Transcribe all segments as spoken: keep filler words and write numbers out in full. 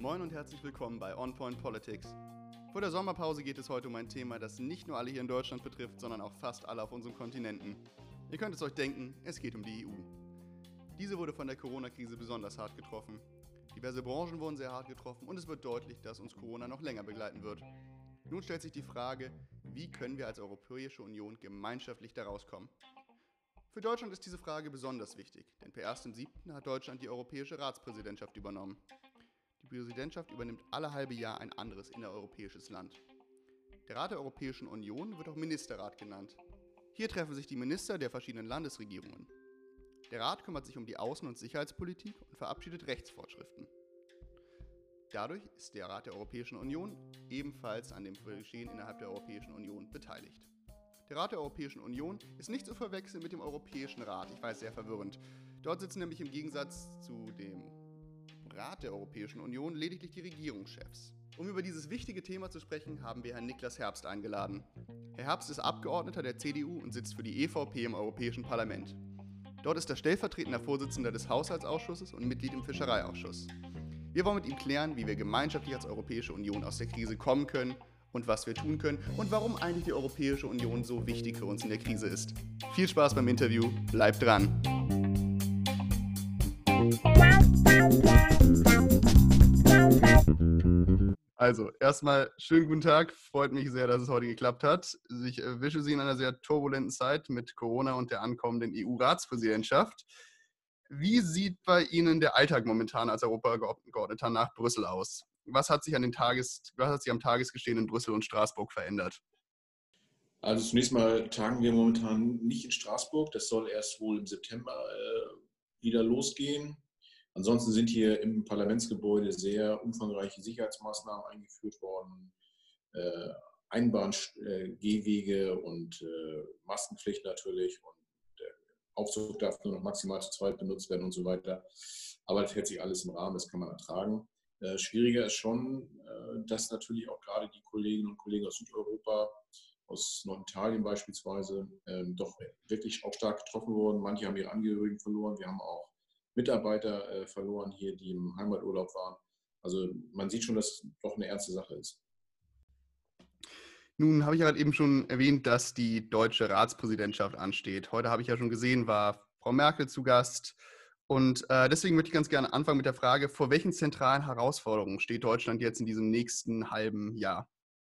Moin und herzlich willkommen bei On Point Politics. Vor der Sommerpause geht es heute um ein Thema, das nicht nur alle hier in Deutschland betrifft, sondern auch fast alle auf unserem Kontinenten. Ihr könnt es euch denken, es geht um die E U. Diese wurde von der Corona-Krise besonders hart getroffen. Diverse Branchen wurden sehr hart getroffen und es wird deutlich, dass uns Corona noch länger begleiten wird. Nun stellt sich die Frage, wie können wir als Europäische Union gemeinschaftlich daraus kommen? Für Deutschland ist diese Frage besonders wichtig, denn per ersten siebten hat Deutschland die Europäische Ratspräsidentschaft übernommen. Die Präsidentschaft übernimmt alle halbe Jahr ein anderes innereuropäisches Land. Der Rat der Europäischen Union wird auch Ministerrat genannt. Hier treffen sich die Minister der verschiedenen Landesregierungen. Der Rat kümmert sich um die Außen- und Sicherheitspolitik und verabschiedet Rechtsvorschriften. Dadurch ist der Rat der Europäischen Union ebenfalls an dem Geschehen innerhalb der Europäischen Union beteiligt. Der Rat der Europäischen Union ist nicht zu verwechseln mit dem Europäischen Rat. Ich weiß, sehr verwirrend. Dort sitzen nämlich im Gegensatz zu dem Rat der Europäischen Union lediglich die Regierungschefs. Um über dieses wichtige Thema zu sprechen, haben wir Herrn Niklas Herbst eingeladen. Herr Herbst ist Abgeordneter der C D U und sitzt für die E V P im Europäischen Parlament. Dort ist er stellvertretender Vorsitzender des Haushaltsausschusses und Mitglied im Fischereiausschuss. Wir wollen mit ihm klären, wie wir gemeinschaftlich als Europäische Union aus der Krise kommen können und was wir tun können und warum eigentlich die Europäische Union so wichtig für uns in der Krise ist. Viel Spaß beim Interview, bleibt dran! Also, erstmal schönen guten Tag. Freut mich sehr, dass es heute geklappt hat. Ich erwische Sie in einer sehr turbulenten Zeit mit Corona und der ankommenden E U-Ratspräsidentschaft. Wie sieht bei Ihnen der Alltag momentan als Europaabgeordneter nach Brüssel aus? Was hat sich an den Tages, was hat sich am Tagesgeschehen in Brüssel und Straßburg verändert? Also zunächst mal tagen wir momentan nicht in Straßburg. Das soll erst wohl im September äh, wieder losgehen. Ansonsten sind hier im Parlamentsgebäude sehr umfangreiche Sicherheitsmaßnahmen eingeführt worden. Äh, Einbahn-Gehwege äh, und äh, Maskenpflicht natürlich. Und der Aufzug darf nur noch maximal zu zweit benutzt werden und so weiter. Aber das hält sich alles im Rahmen, das kann man ertragen. Äh, schwieriger ist schon, äh, dass natürlich auch gerade die Kolleginnen und Kollegen aus Südeuropa, aus Norditalien beispielsweise, ähm, doch wirklich auch stark getroffen wurden. Manche haben ihre Angehörigen verloren. Wir haben auch Mitarbeiter äh, verloren hier, die im Heimaturlaub waren. Also man sieht schon, dass es doch eine ernste Sache ist. Nun habe ich ja gerade eben schon erwähnt, dass die deutsche Ratspräsidentschaft ansteht. Heute habe ich ja schon gesehen, war Frau Merkel zu Gast. Und äh, deswegen möchte ich ganz gerne anfangen mit der Frage, vor welchen zentralen Herausforderungen steht Deutschland jetzt in diesem nächsten halben Jahr?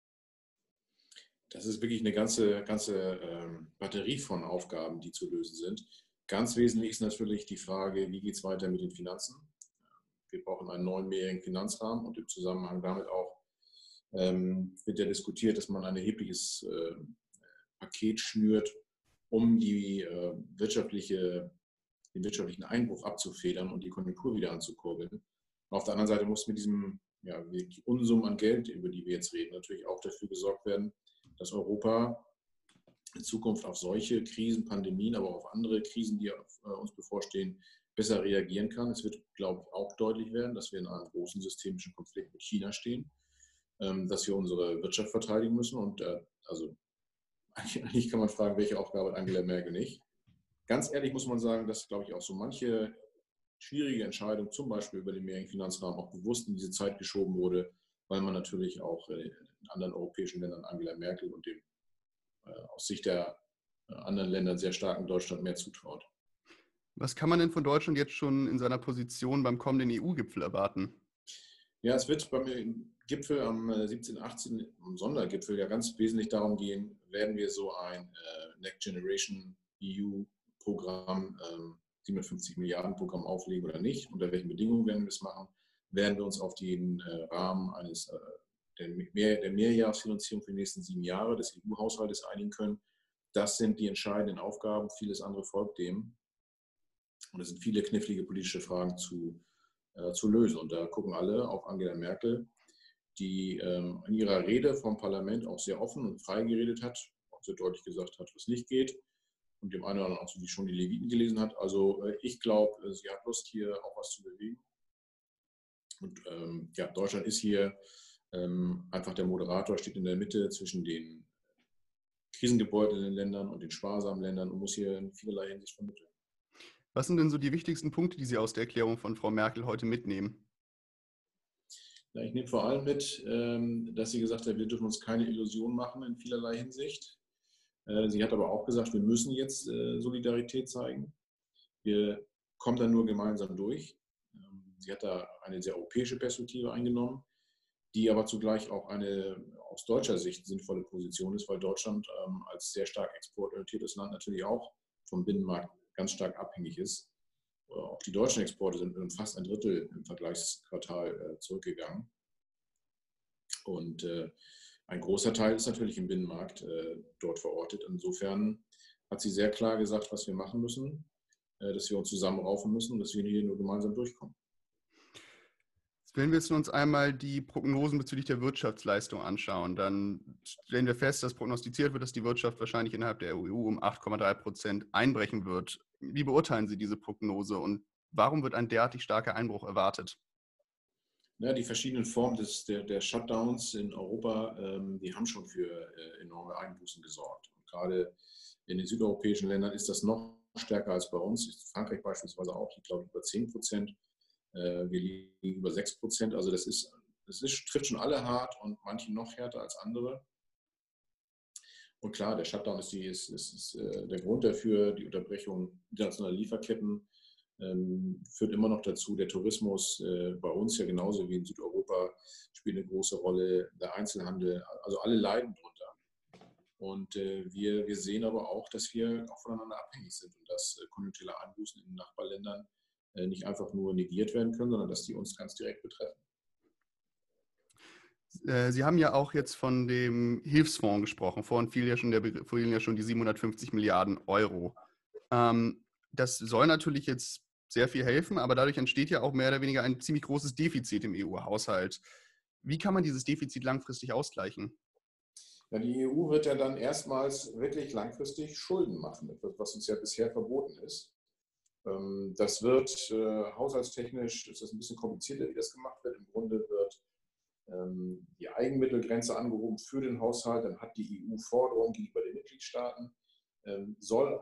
Das ist wirklich eine ganze, ganze ähm, Batterie von Aufgaben, die zu lösen sind. Ganz wesentlich ist natürlich die Frage, wie geht es weiter mit den Finanzen? Wir brauchen einen neuen mehrjährigen Finanzrahmen und im Zusammenhang damit auch ähm, wird ja diskutiert, dass man ein erhebliches äh, Paket schnürt, um die, äh, wirtschaftliche, den wirtschaftlichen Einbruch abzufedern und die Konjunktur wieder anzukurbeln. Und auf der anderen Seite muss mit diesem ja, die Unsummen an Geld, über die wir jetzt reden, natürlich auch dafür gesorgt werden, dass Europa in Zukunft auf solche Krisen, Pandemien, aber auch auf andere Krisen, die uns bevorstehen, besser reagieren kann. Es wird, glaube ich, auch deutlich werden, dass wir in einem großen systemischen Konflikt mit China stehen, dass wir unsere Wirtschaft verteidigen müssen. Und also eigentlich kann man fragen, welche Aufgabe hat Angela Merkel nicht. Ganz ehrlich muss man sagen, dass, glaube ich, auch so manche schwierige Entscheidung, zum Beispiel über den mehrjährigen Finanzrahmen, auch bewusst in diese Zeit geschoben wurde, weil man natürlich auch in anderen europäischen Ländern Angela Merkel und dem äh, aus Sicht der äh, anderen Länder sehr starken Deutschland mehr zutraut. Was kann man denn von Deutschland jetzt schon in seiner Position beim kommenden E U-Gipfel erwarten? Ja, es wird beim Gipfel am siebzehnten, achtzehnten am Sondergipfel ja ganz wesentlich darum gehen, werden wir so ein äh, Next Generation E U-Programm, ähm, siebenhundertfünfzig Milliarden Programm auflegen oder nicht, unter welchen Bedingungen werden wir es machen, werden wir uns auf den äh, Rahmen eines äh, der, Mehr, der Mehrjahresfinanzierung für die nächsten sieben Jahre des E U-Haushaltes einigen können. Das sind die entscheidenden Aufgaben, vieles andere folgt dem. Und es sind viele knifflige politische Fragen zu, äh, zu lösen. Und da gucken alle auf Angela Merkel, die ähm, in ihrer Rede vom Parlament auch sehr offen und frei geredet hat, auch sehr deutlich gesagt hat, was nicht geht. Und dem einen oder anderen auch so, wie schon die Leviten gelesen hat. Also äh, ich glaube, sie hat Lust, hier auch was zu bewegen. Und ähm, ja, Deutschland ist hier ähm, einfach der Moderator, steht in der Mitte zwischen den krisengebeutelten Ländern und den sparsamen Ländern und muss hier in vielerlei Hinsicht vermitteln. Was sind denn so die wichtigsten Punkte, die Sie aus der Erklärung von Frau Merkel heute mitnehmen? Ja, ich nehme vor allem mit, ähm, dass sie gesagt hat, wir dürfen uns keine Illusionen machen in vielerlei Hinsicht. Äh, sie hat aber auch gesagt, wir müssen jetzt äh, Solidarität zeigen. Wir kommen dann nur gemeinsam durch. Ähm, sie hat da eine sehr europäische Perspektive eingenommen, die aber zugleich auch eine aus deutscher Sicht sinnvolle Position ist, weil Deutschland ähm, als sehr stark exportorientiertes Land natürlich auch vom Binnenmarkt ganz stark abhängig ist. Auch die deutschen Exporte sind um fast ein Drittel im Vergleichsquartal äh, zurückgegangen. Und äh, ein großer Teil ist natürlich im Binnenmarkt äh, dort verortet. Insofern hat sie sehr klar gesagt, was wir machen müssen, äh, dass wir uns zusammenraufen müssen und dass wir hier nur gemeinsam durchkommen. Wenn wir jetzt uns einmal die Prognosen bezüglich der Wirtschaftsleistung anschauen, dann stellen wir fest, dass prognostiziert wird, dass die Wirtschaft wahrscheinlich innerhalb der E U um acht Komma drei Prozent einbrechen wird. Wie beurteilen Sie diese Prognose und warum wird ein derartig starker Einbruch erwartet? Ja, die verschiedenen Formen des, der, der Shutdowns in Europa, ähm, die haben schon für äh, enorme Einbußen gesorgt. Und gerade in den südeuropäischen Ländern ist das noch stärker als bei uns. Frankreich beispielsweise auch, ich glaube, über zehn Prozent. Wir liegen über sechs Prozent. Also das, ist, das ist, trifft schon alle hart und manche noch härter als andere. Und klar, der Shutdown ist, die, ist, ist, ist der Grund dafür, die Unterbrechung internationaler Lieferketten ähm, führt immer noch dazu. Der Tourismus äh, bei uns ja genauso wie in Südeuropa spielt eine große Rolle. Der Einzelhandel, also alle leiden drunter. Und äh, wir, wir sehen aber auch, dass wir auch voneinander abhängig sind und dass äh, konjunkturelle Einbußen in den Nachbarländern nicht einfach nur negiert werden können, sondern dass die uns ganz direkt betreffen. Sie haben ja auch jetzt von dem Hilfsfonds gesprochen. Vorhin fiel ja schon, der, fielen ja schon die siebenhundertfünfzig Milliarden Euro. Ähm, das soll natürlich jetzt sehr viel helfen, aber dadurch entsteht ja auch mehr oder weniger ein ziemlich großes Defizit im E U-Haushalt. Wie kann man dieses Defizit langfristig ausgleichen? Ja, die E U wird ja dann erstmals wirklich langfristig Schulden machen, etwas, was uns ja bisher verboten ist. Das wird äh, haushaltstechnisch, ist das ein bisschen komplizierter, wie das gemacht wird. Im Grunde wird ähm, die Eigenmittelgrenze angehoben für den Haushalt. Dann hat die E U Forderungen gegenüber den Mitgliedstaaten, ähm, soll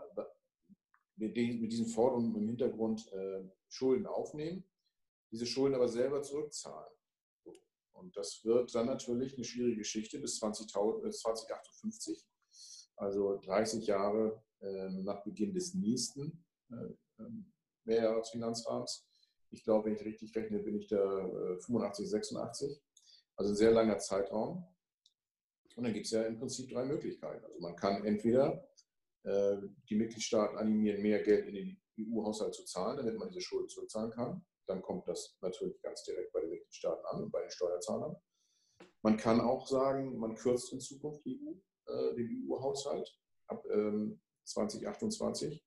mit, den, mit diesen Forderungen im Hintergrund äh, Schulden aufnehmen, diese Schulden aber selber zurückzahlen. Und das wird dann natürlich eine schwierige Geschichte bis zwanzig achtundfünfzig, also dreißig Jahre äh, nach Beginn des nächsten äh, Mehrjahresfinanzrahmens. Ich glaube, wenn ich richtig rechne, bin ich da äh, fünfundachtzig, sechsundachtzig. Also ein sehr langer Zeitraum. Und dann gibt es ja im Prinzip drei Möglichkeiten. Also man kann entweder äh, die Mitgliedstaaten animieren, mehr Geld in den E U-Haushalt zu zahlen, damit man diese Schulden zurückzahlen kann. Dann kommt das natürlich ganz direkt bei den Mitgliedstaaten an und bei den Steuerzahlern. Man kann auch sagen, man kürzt in Zukunft die E U, äh, den E U-Haushalt ab ähm, zwanzig achtundzwanzig.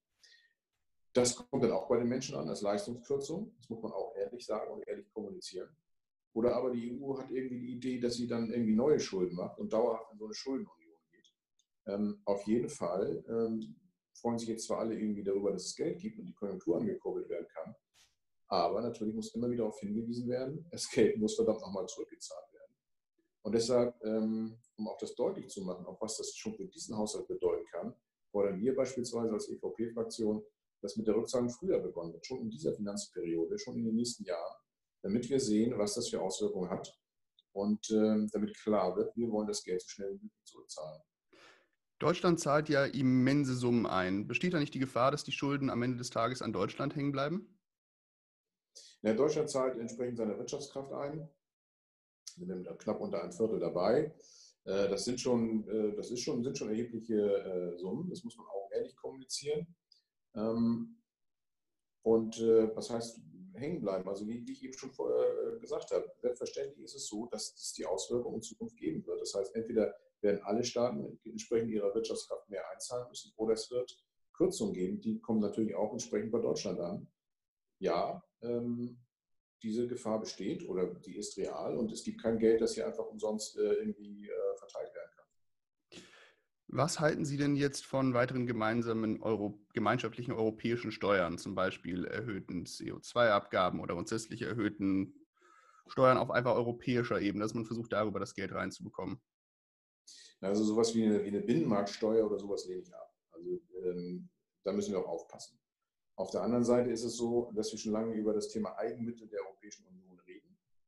Das kommt dann auch bei den Menschen an als Leistungskürzung. Das muss man auch ehrlich sagen und ehrlich kommunizieren. Oder aber die E U hat irgendwie die Idee, dass sie dann irgendwie neue Schulden macht und dauerhaft in so eine Schuldenunion geht. Ähm, auf jeden Fall ähm, freuen sich jetzt zwar alle irgendwie darüber, dass es Geld gibt und die Konjunktur angekurbelt werden kann. Aber natürlich muss immer wieder darauf hingewiesen werden, das Geld muss verdammt nochmal zurückgezahlt werden. Und deshalb, ähm, um auch das deutlich zu machen, auch was das schon für diesen Haushalt bedeuten kann, fordern wir beispielsweise als E V P-Fraktion, dass mit der Rückzahlung früher begonnen wird, schon in dieser Finanzperiode, schon in den nächsten Jahren, damit wir sehen, was das für Auswirkungen hat und äh, damit klar wird, wir wollen das Geld so schnell wie möglich zurückzahlen. Deutschland zahlt ja immense Summen ein. Besteht da nicht die Gefahr, dass die Schulden am Ende des Tages an Deutschland hängen bleiben? Ja, Deutschland zahlt entsprechend seiner Wirtschaftskraft ein. Wir sind knapp unter ein Viertel dabei. Das sind schon, das ist schon, sind schon erhebliche Summen. Das muss man auch ehrlich kommunizieren. Und was heißt hängen bleiben? Also wie ich eben schon vorher gesagt habe, selbstverständlich ist es so, dass es die Auswirkungen in Zukunft geben wird. Das heißt, entweder werden alle Staaten entsprechend ihrer Wirtschaftskraft mehr einzahlen müssen oder es wird Kürzungen geben. Die kommen natürlich auch entsprechend bei Deutschland an. Ja, ähm, diese Gefahr besteht oder die ist real und es gibt kein Geld, das hier einfach umsonst äh, irgendwie äh, verteilt werden kann. Was halten Sie denn jetzt von weiteren gemeinsamen Euro, gemeinschaftlichen europäischen Steuern, zum Beispiel erhöhten C O zwei Abgaben oder grundsätzlich erhöhten Steuern auf einfach europäischer Ebene, dass man versucht, darüber das Geld reinzubekommen? Also sowas wie eine, wie eine Binnenmarktsteuer oder sowas lehne ich ab. Also ähm, da müssen wir auch aufpassen. Auf der anderen Seite ist es so, dass wir schon lange über das Thema Eigenmittel der Europäischen Union reden.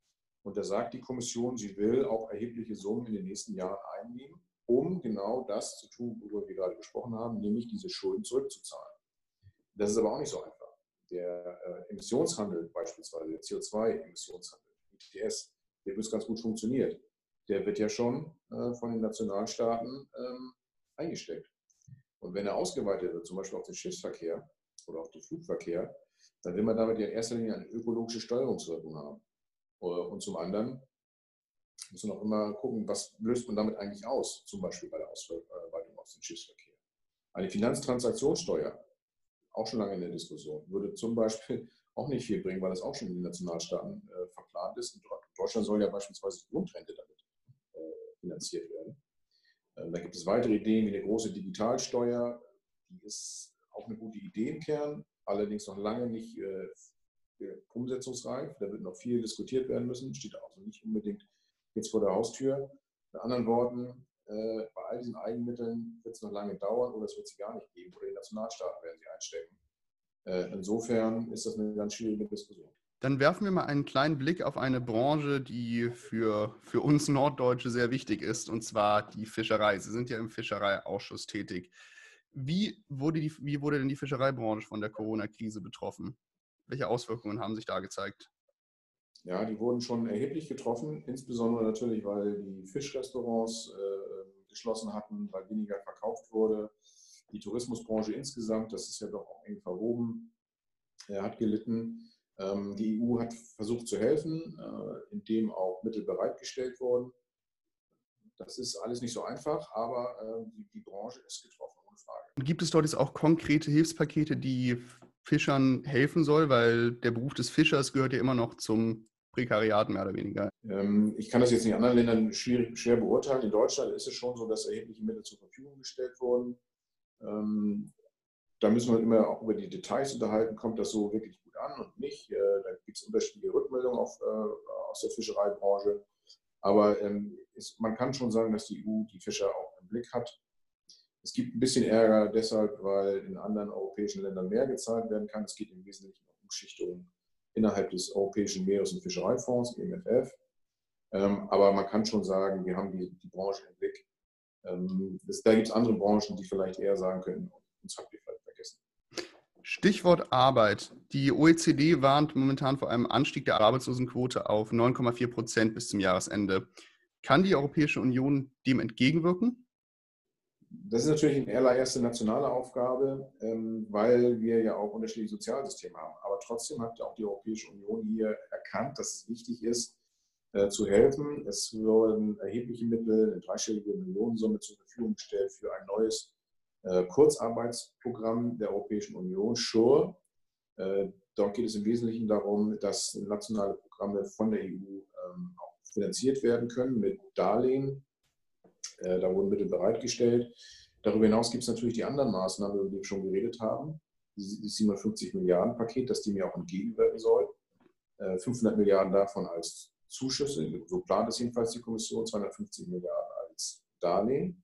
Und da sagt die Kommission, sie will auch erhebliche Summen in den nächsten Jahren einnehmen, um genau das zu tun, worüber wir gerade gesprochen haben, nämlich diese Schulden zurückzuzahlen. Das ist aber auch nicht so einfach. Der äh, Emissionshandel beispielsweise, der C O zwei Emissionshandel, E T S, der übrigens ganz gut funktioniert, der wird ja schon äh, von den Nationalstaaten ähm, eingesteckt. Und wenn er ausgeweitet wird, zum Beispiel auf den Schiffsverkehr oder auf den Flugverkehr, dann will man damit ja in erster Linie eine ökologische Steuerungswirkung haben. Und zum anderen muss man auch immer gucken, was löst man damit eigentlich aus, zum Beispiel bei der Ausweitung auf den Schiffsverkehr. Eine Finanztransaktionssteuer, auch schon lange in der Diskussion, würde zum Beispiel auch nicht viel bringen, weil das auch schon in den Nationalstaaten äh, verplant ist. In Deutschland soll ja beispielsweise die Grundrente damit äh, finanziert werden. Ähm, da gibt es weitere Ideen wie eine große Digitalsteuer, die ist auch eine gute Idee im Kern, allerdings noch lange nicht äh, umsetzungsreif. Da wird noch viel diskutiert werden müssen, steht also nicht unbedingt jetzt vor der Haustür. Mit anderen Worten, äh, bei all diesen Eigenmitteln wird es noch lange dauern oder es wird sie gar nicht geben oder die Nationalstaaten werden sie einstecken. Äh, insofern ist das eine ganz schwierige Diskussion. Dann werfen wir mal einen kleinen Blick auf eine Branche, die für, für uns Norddeutsche sehr wichtig ist, und zwar die Fischerei. Sie sind ja im Fischereiausschuss tätig. Wie wurde, die, wie wurde denn die Fischereibranche von der Corona-Krise betroffen? Welche Auswirkungen haben sich da gezeigt? Ja, die wurden schon erheblich getroffen, insbesondere natürlich, weil die Fischrestaurants äh, geschlossen hatten, weil weniger verkauft wurde. Die Tourismusbranche insgesamt, das ist ja doch auch eng verwoben, äh, hat gelitten. Ähm, die E U hat versucht zu helfen, äh, indem auch Mittel bereitgestellt wurden. Das ist alles nicht so einfach, aber äh, die, die Branche ist getroffen, ohne Frage. Gibt es dort jetzt auch konkrete Hilfspakete, die Fischern helfen soll? Weil der Beruf des Fischers gehört ja immer noch zum Prekariat, mehr oder weniger. Ähm, ich kann das jetzt in anderen Ländern schwierig, schwer beurteilen. In Deutschland ist es schon so, dass erhebliche Mittel zur Verfügung gestellt wurden. Ähm, da müssen wir immer auch über die Details unterhalten. Kommt das so wirklich gut an und nicht? Äh, da gibt es unterschiedliche Rückmeldungen auf, äh, aus der Fischereibranche. Aber ähm, ist, man kann schon sagen, dass die E U die Fischer auch im Blick hat. Es gibt ein bisschen Ärger deshalb, weil in anderen europäischen Ländern mehr gezahlt werden kann. Es geht im Wesentlichen um Umschichtungen innerhalb des Europäischen Meeres- und Fischereifonds, E M F F. Ähm, aber man kann schon sagen, wir haben die, die Branche im Blick. Ähm, das, da gibt es andere Branchen, die vielleicht eher sagen können, uns habt ihr vielleicht vergessen. Stichwort Arbeit. Die O E C D warnt momentan vor einem Anstieg der Arbeitslosenquote auf neun Komma vier Prozent bis zum Jahresende. Kann die Europäische Union dem entgegenwirken? Das ist natürlich in allererster nationale Aufgabe, weil wir ja auch unterschiedliche Sozialsysteme haben. Aber trotzdem hat auch die Europäische Union hier erkannt, dass es wichtig ist, zu helfen. Es wurden erhebliche Mittel, eine dreistellige Millionensumme zur Verfügung gestellt für ein neues Kurzarbeitsprogramm der Europäischen Union, SURE. Dort geht es im Wesentlichen darum, dass nationale Programme von der E U auch finanziert werden können mit Darlehen. Da wurden Mittel bereitgestellt. Darüber hinaus gibt es natürlich die anderen Maßnahmen, über die wir schon geredet haben. Das siebenhundertfünfzig Milliarden Paket, das dem ja auch entgegenwirken soll. fünfhundert Milliarden davon als Zuschüsse, so plant es jedenfalls die Kommission, zweihundertfünfzig Milliarden als Darlehen.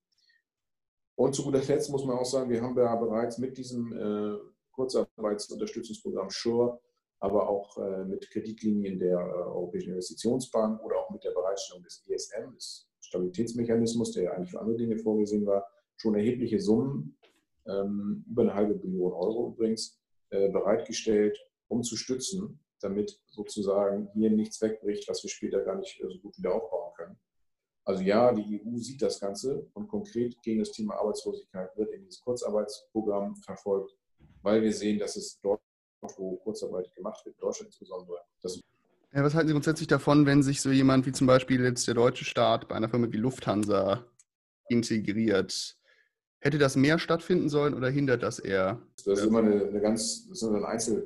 Und zu guter Letzt muss man auch sagen, wir haben ja bereits mit diesem äh, Kurzarbeitsunterstützungsprogramm SURE, aber auch äh, mit Kreditlinien der äh, Europäischen Investitionsbank oder auch mit der Bereitstellung des E S M, des Stabilitätsmechanismus, der ja eigentlich für andere Dinge vorgesehen war, schon erhebliche Summen, ähm, über eine halbe Billion Euro übrigens, äh, bereitgestellt, um zu stützen, damit sozusagen hier nichts wegbricht, was wir später gar nicht so gut wieder aufbauen können. Also ja, die E U sieht das Ganze und konkret gegen das Thema Arbeitslosigkeit wird in dieses Kurzarbeitsprogramm verfolgt, weil wir sehen, dass es dort, wo Kurzarbeit gemacht wird, in Deutschland insbesondere, das Ja, was halten Sie grundsätzlich davon, wenn sich so jemand wie zum Beispiel jetzt der deutsche Staat bei einer Firma wie Lufthansa integriert? Hätte das mehr stattfinden sollen oder hindert das eher? Das ist immer eine, eine ganz, das ist eine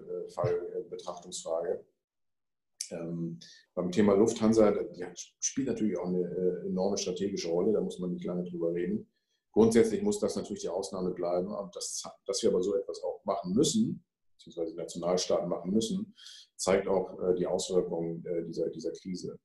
Einzelfallbetrachtungsfrage. Ähm, beim Thema Lufthansa, die spielt natürlich auch eine äh, enorme strategische Rolle, da muss man nicht lange drüber reden. Grundsätzlich muss das natürlich die Ausnahme bleiben, und das, dass wir aber so etwas auch machen müssen, beziehungsweise die Nationalstaaten machen müssen, zeigt auch äh, die Auswirkungen äh, dieser, dieser Krise.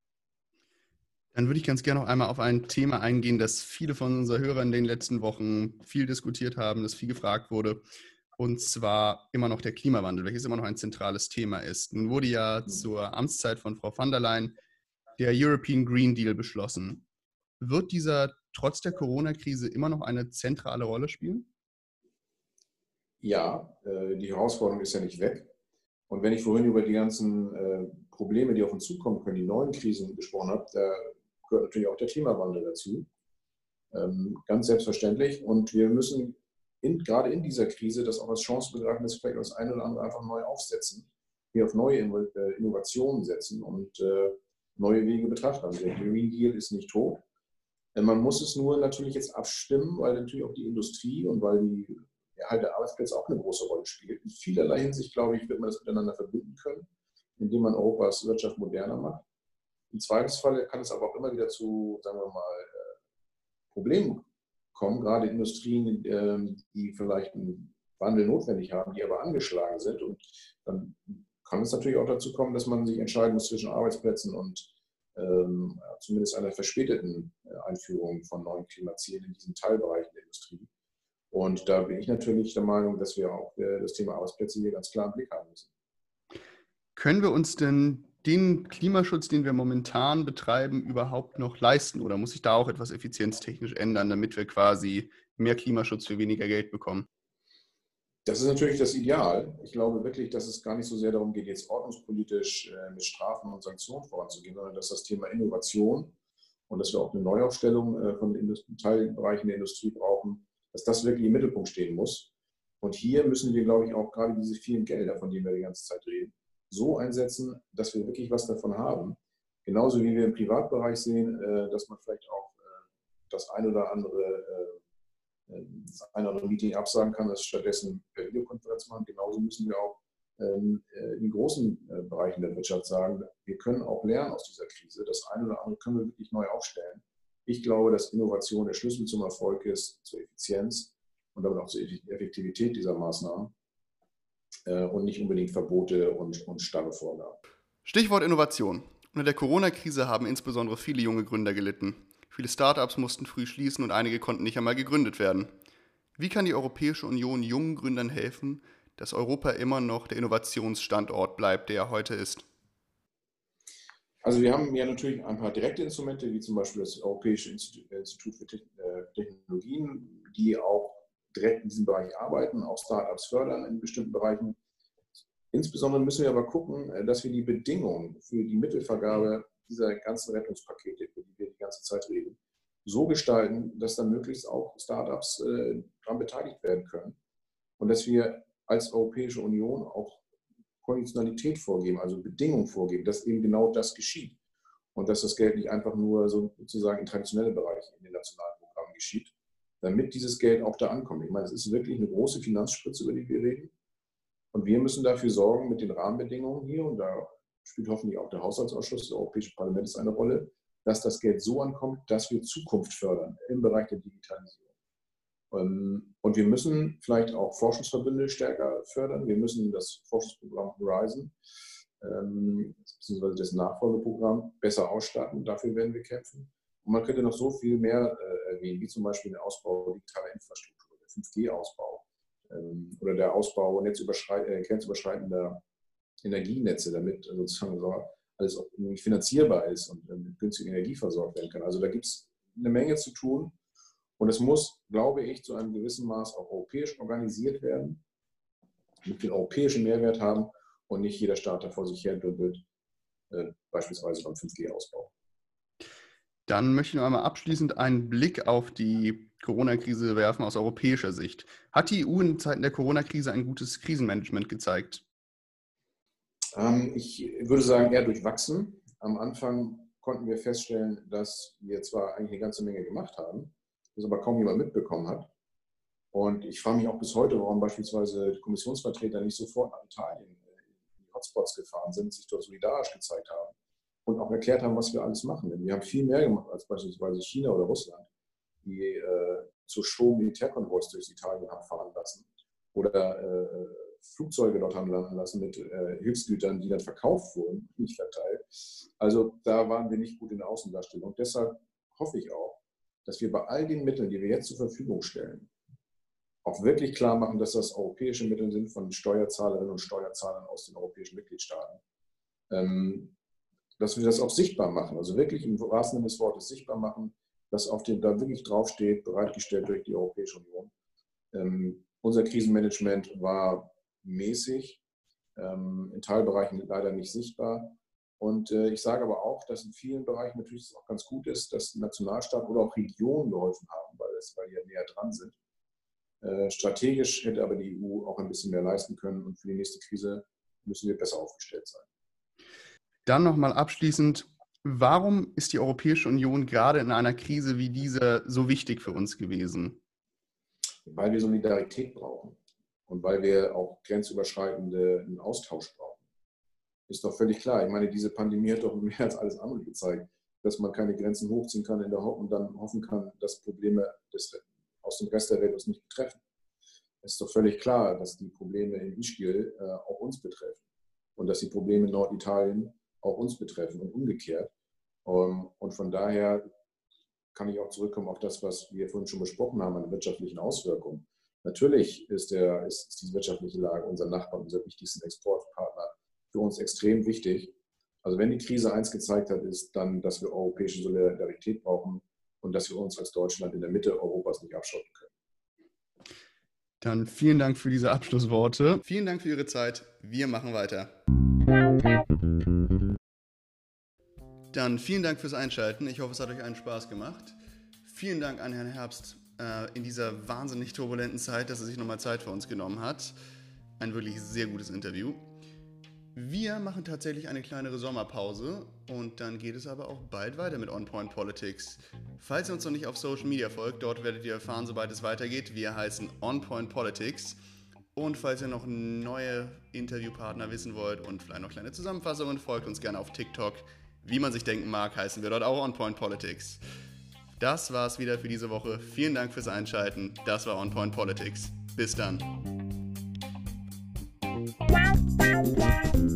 Dann würde ich ganz gerne noch einmal auf ein Thema eingehen, das viele von unseren Hörern in den letzten Wochen viel diskutiert haben, das viel gefragt wurde. Und zwar immer noch der Klimawandel, welches immer noch ein zentrales Thema ist. Nun wurde ja zur Amtszeit von Frau von der Leyen der European Green Deal beschlossen. Wird dieser trotz der Corona-Krise immer noch eine zentrale Rolle spielen? Ja, die Herausforderung ist ja nicht weg. Und wenn ich vorhin über die ganzen Probleme, die auf uns zukommen können, die neuen Krisen gesprochen habe, da gehört natürlich auch der Klimawandel dazu. Ganz selbstverständlich. Und wir müssen in, gerade in dieser Krise das auch als Chance begreifen, dass wir vielleicht das eine oder andere einfach neu aufsetzen, hier auf neue Innovationen setzen und neue Wege betrachten. Also der Green Deal ist nicht tot. Man muss es nur natürlich jetzt abstimmen, weil natürlich auch die Industrie und weil die Erhalt der Arbeitsplätze auch eine große Rolle spielt. In vielerlei Hinsicht, glaube ich, wird man das miteinander verbinden können, indem man Europas Wirtschaft moderner macht. Im Zweifelsfall kann es aber auch immer wieder zu, sagen wir mal, Problemen kommen, gerade Industrien, die vielleicht einen Wandel notwendig haben, die aber angeschlagen sind. Und dann kann es natürlich auch dazu kommen, dass man sich entscheiden muss zwischen Arbeitsplätzen und ähm, zumindest einer verspäteten Einführung von neuen Klimazielen in diesen Teilbereichen der Industrie. Und da bin ich natürlich der Meinung, dass wir auch das Thema Arbeitsplätze hier ganz klar im Blick haben müssen. Können wir uns denn den Klimaschutz, den wir momentan betreiben, überhaupt noch leisten? Oder muss sich da auch etwas effizienztechnisch ändern, damit wir quasi mehr Klimaschutz für weniger Geld bekommen? Das ist natürlich das Ideal. Ich glaube wirklich, dass es gar nicht so sehr darum geht, jetzt ordnungspolitisch mit Strafen und Sanktionen voranzugehen, sondern dass das Thema Innovation und dass wir auch eine Neuaufstellung von Teilbereichen der Industrie brauchen, dass das wirklich im Mittelpunkt stehen muss. Und hier müssen wir, glaube ich, auch gerade diese vielen Gelder, von denen wir die ganze Zeit reden, so einsetzen, dass wir wirklich was davon haben. Genauso wie wir im Privatbereich sehen, dass man vielleicht auch das ein oder andere das ein oder andere Meeting absagen kann, das stattdessen per Videokonferenz machen. Genauso müssen wir auch in den großen Bereichen der Wirtschaft sagen, wir können auch lernen aus dieser Krise. Das eine oder andere können wir wirklich neu aufstellen. Ich glaube, dass Innovation der Schlüssel zum Erfolg ist, zur Effizienz und damit auch zur Effektivität dieser Maßnahmen und nicht unbedingt Verbote und, und starre Vorgaben. Stichwort Innovation. Unter der Corona-Krise haben insbesondere viele junge Gründer gelitten. Viele Startups mussten früh schließen und einige konnten nicht einmal gegründet werden. Wie kann die Europäische Union jungen Gründern helfen, dass Europa immer noch der Innovationsstandort bleibt, der er heute ist? Also wir haben ja natürlich ein paar direkte Instrumente, wie zum Beispiel das Europäische Institut für Technologien, die auch direkt in diesem Bereich arbeiten, auch Startups fördern in bestimmten Bereichen. Insbesondere müssen wir aber gucken, dass wir die Bedingungen für die Mittelvergabe dieser ganzen Rettungspakete, über die wir die ganze Zeit reden, so gestalten, dass dann möglichst auch Startups äh, daran beteiligt werden können. Und dass wir als Europäische Union auch Konditionalität vorgeben, also Bedingungen vorgeben, dass eben genau das geschieht. Und dass das Geld nicht einfach nur so sozusagen in traditionelle Bereiche in den nationalen Programmen geschieht, damit dieses Geld auch da ankommt. Ich meine, es ist wirklich eine große Finanzspritze, über die wir reden. Und wir müssen dafür sorgen mit den Rahmenbedingungen hier, und da spielt hoffentlich auch der Haushaltsausschuss des Europäischen Parlaments eine Rolle, dass das Geld so ankommt, dass wir Zukunft fördern im Bereich der Digitalisierung. Und wir müssen vielleicht auch Forschungsverbünde stärker fördern. Wir müssen das Forschungsprogramm Horizon, beziehungsweise das Nachfolgeprogramm, besser ausstatten. Dafür werden wir kämpfen. Und man könnte noch so viel mehr erwähnen, wie zum Beispiel den Ausbau digitaler Infrastruktur, der fünf G Ausbau oder der Ausbau grenzüberschreitender Energienetze, damit sozusagen alles auch irgendwie finanzierbar ist und mit günstiger Energie versorgt werden kann. Also da gibt es eine Menge zu tun. Und es muss, glaube ich, zu einem gewissen Maß auch europäisch organisiert werden, damit wir einen europäischen Mehrwert haben und nicht jeder Staat da vor sich her dümpelt, äh, beispielsweise beim fünf G Ausbau. Dann möchte ich noch einmal abschließend einen Blick auf die Corona-Krise werfen aus europäischer Sicht. Hat die E U in Zeiten der Corona-Krise ein gutes Krisenmanagement gezeigt? Ähm, ich würde sagen, eher durchwachsen. Am Anfang konnten wir feststellen, dass wir zwar eigentlich eine ganze Menge gemacht haben, das aber kaum jemand mitbekommen hat. Und ich frage mich auch bis heute, warum beispielsweise die Kommissionsvertreter nicht sofort nach Italien in die Hotspots gefahren sind, sich dort solidarisch gezeigt haben und auch erklärt haben, was wir alles machen. Denn wir haben viel mehr gemacht als beispielsweise China oder Russland, die äh, zu schweren Militärkonvois durch Italien haben fahren lassen oder äh, Flugzeuge dort haben landen lassen mit äh, Hilfsgütern, die dann verkauft wurden, nicht verteilt. Also da waren wir nicht gut in der Außendarstellung. Deshalb hoffe ich auch, dass wir bei all den Mitteln, die wir jetzt zur Verfügung stellen, auch wirklich klar machen, dass das europäische Mittel sind von Steuerzahlerinnen und Steuerzahlern aus den europäischen Mitgliedstaaten. Ähm, dass wir das auch sichtbar machen, also wirklich im wahrsten Sinne des Wortes sichtbar machen, dass auf dem da wirklich draufsteht, bereitgestellt durch die Europäische Union. Ähm, unser Krisenmanagement war mäßig, ähm, in Teilbereichen leider nicht sichtbar. Und äh, ich sage aber auch, dass in vielen Bereichen natürlich es auch ganz gut ist, dass Nationalstaaten oder auch Regionen geholfen haben, weil, es, weil die ja näher dran sind. Äh, strategisch hätte aber die E U auch ein bisschen mehr leisten können und für die nächste Krise müssen wir besser aufgestellt sein. Dann nochmal abschließend, warum ist die Europäische Union gerade in einer Krise wie dieser so wichtig für uns gewesen? Weil wir Solidarität brauchen und weil wir auch grenzüberschreitenden Austausch brauchen. Ist doch völlig klar. Ich meine, diese Pandemie hat doch mehr als alles andere gezeigt, dass man keine Grenzen hochziehen kann in der Ho- und dann hoffen kann, dass Probleme des, aus dem Rest der Welt uns nicht betreffen. Es ist doch völlig klar, dass die Probleme in Ischgl äh, auch uns betreffen und dass die Probleme in Norditalien auch uns betreffen und umgekehrt. Um, und von daher kann ich auch zurückkommen auf das, was wir vorhin schon besprochen haben, an wirtschaftlichen Auswirkungen. Natürlich ist, der, ist, ist die wirtschaftliche Lage unserer Nachbarn, unser wichtigsten Exportpartner, für uns extrem wichtig. Also wenn die Krise eins gezeigt hat, ist dann, dass wir europäische Solidarität brauchen und dass wir uns als Deutschland in der Mitte Europas nicht abschotten können. Dann vielen Dank für diese Abschlussworte. Vielen Dank für Ihre Zeit. Wir machen weiter. Dann vielen Dank fürs Einschalten. Ich hoffe, es hat euch einen Spaß gemacht. Vielen Dank an Herrn Herbst äh, in dieser wahnsinnig turbulenten Zeit, dass er sich nochmal Zeit für uns genommen hat. Ein wirklich sehr gutes Interview. Wir machen tatsächlich eine kleinere Sommerpause und dann geht es aber auch bald weiter mit On Point Politics. Falls ihr uns noch nicht auf Social Media folgt, dort werdet ihr erfahren, sobald es weitergeht. Wir heißen On Point Politics. Und falls ihr noch neue Interviewpartner wissen wollt und vielleicht noch kleine Zusammenfassungen, folgt uns gerne auf TikTok. Wie man sich denken mag, heißen wir dort auch On Point Politics. Das war's wieder für diese Woche. Vielen Dank fürs Einschalten. Das war On Point Politics. Bis dann.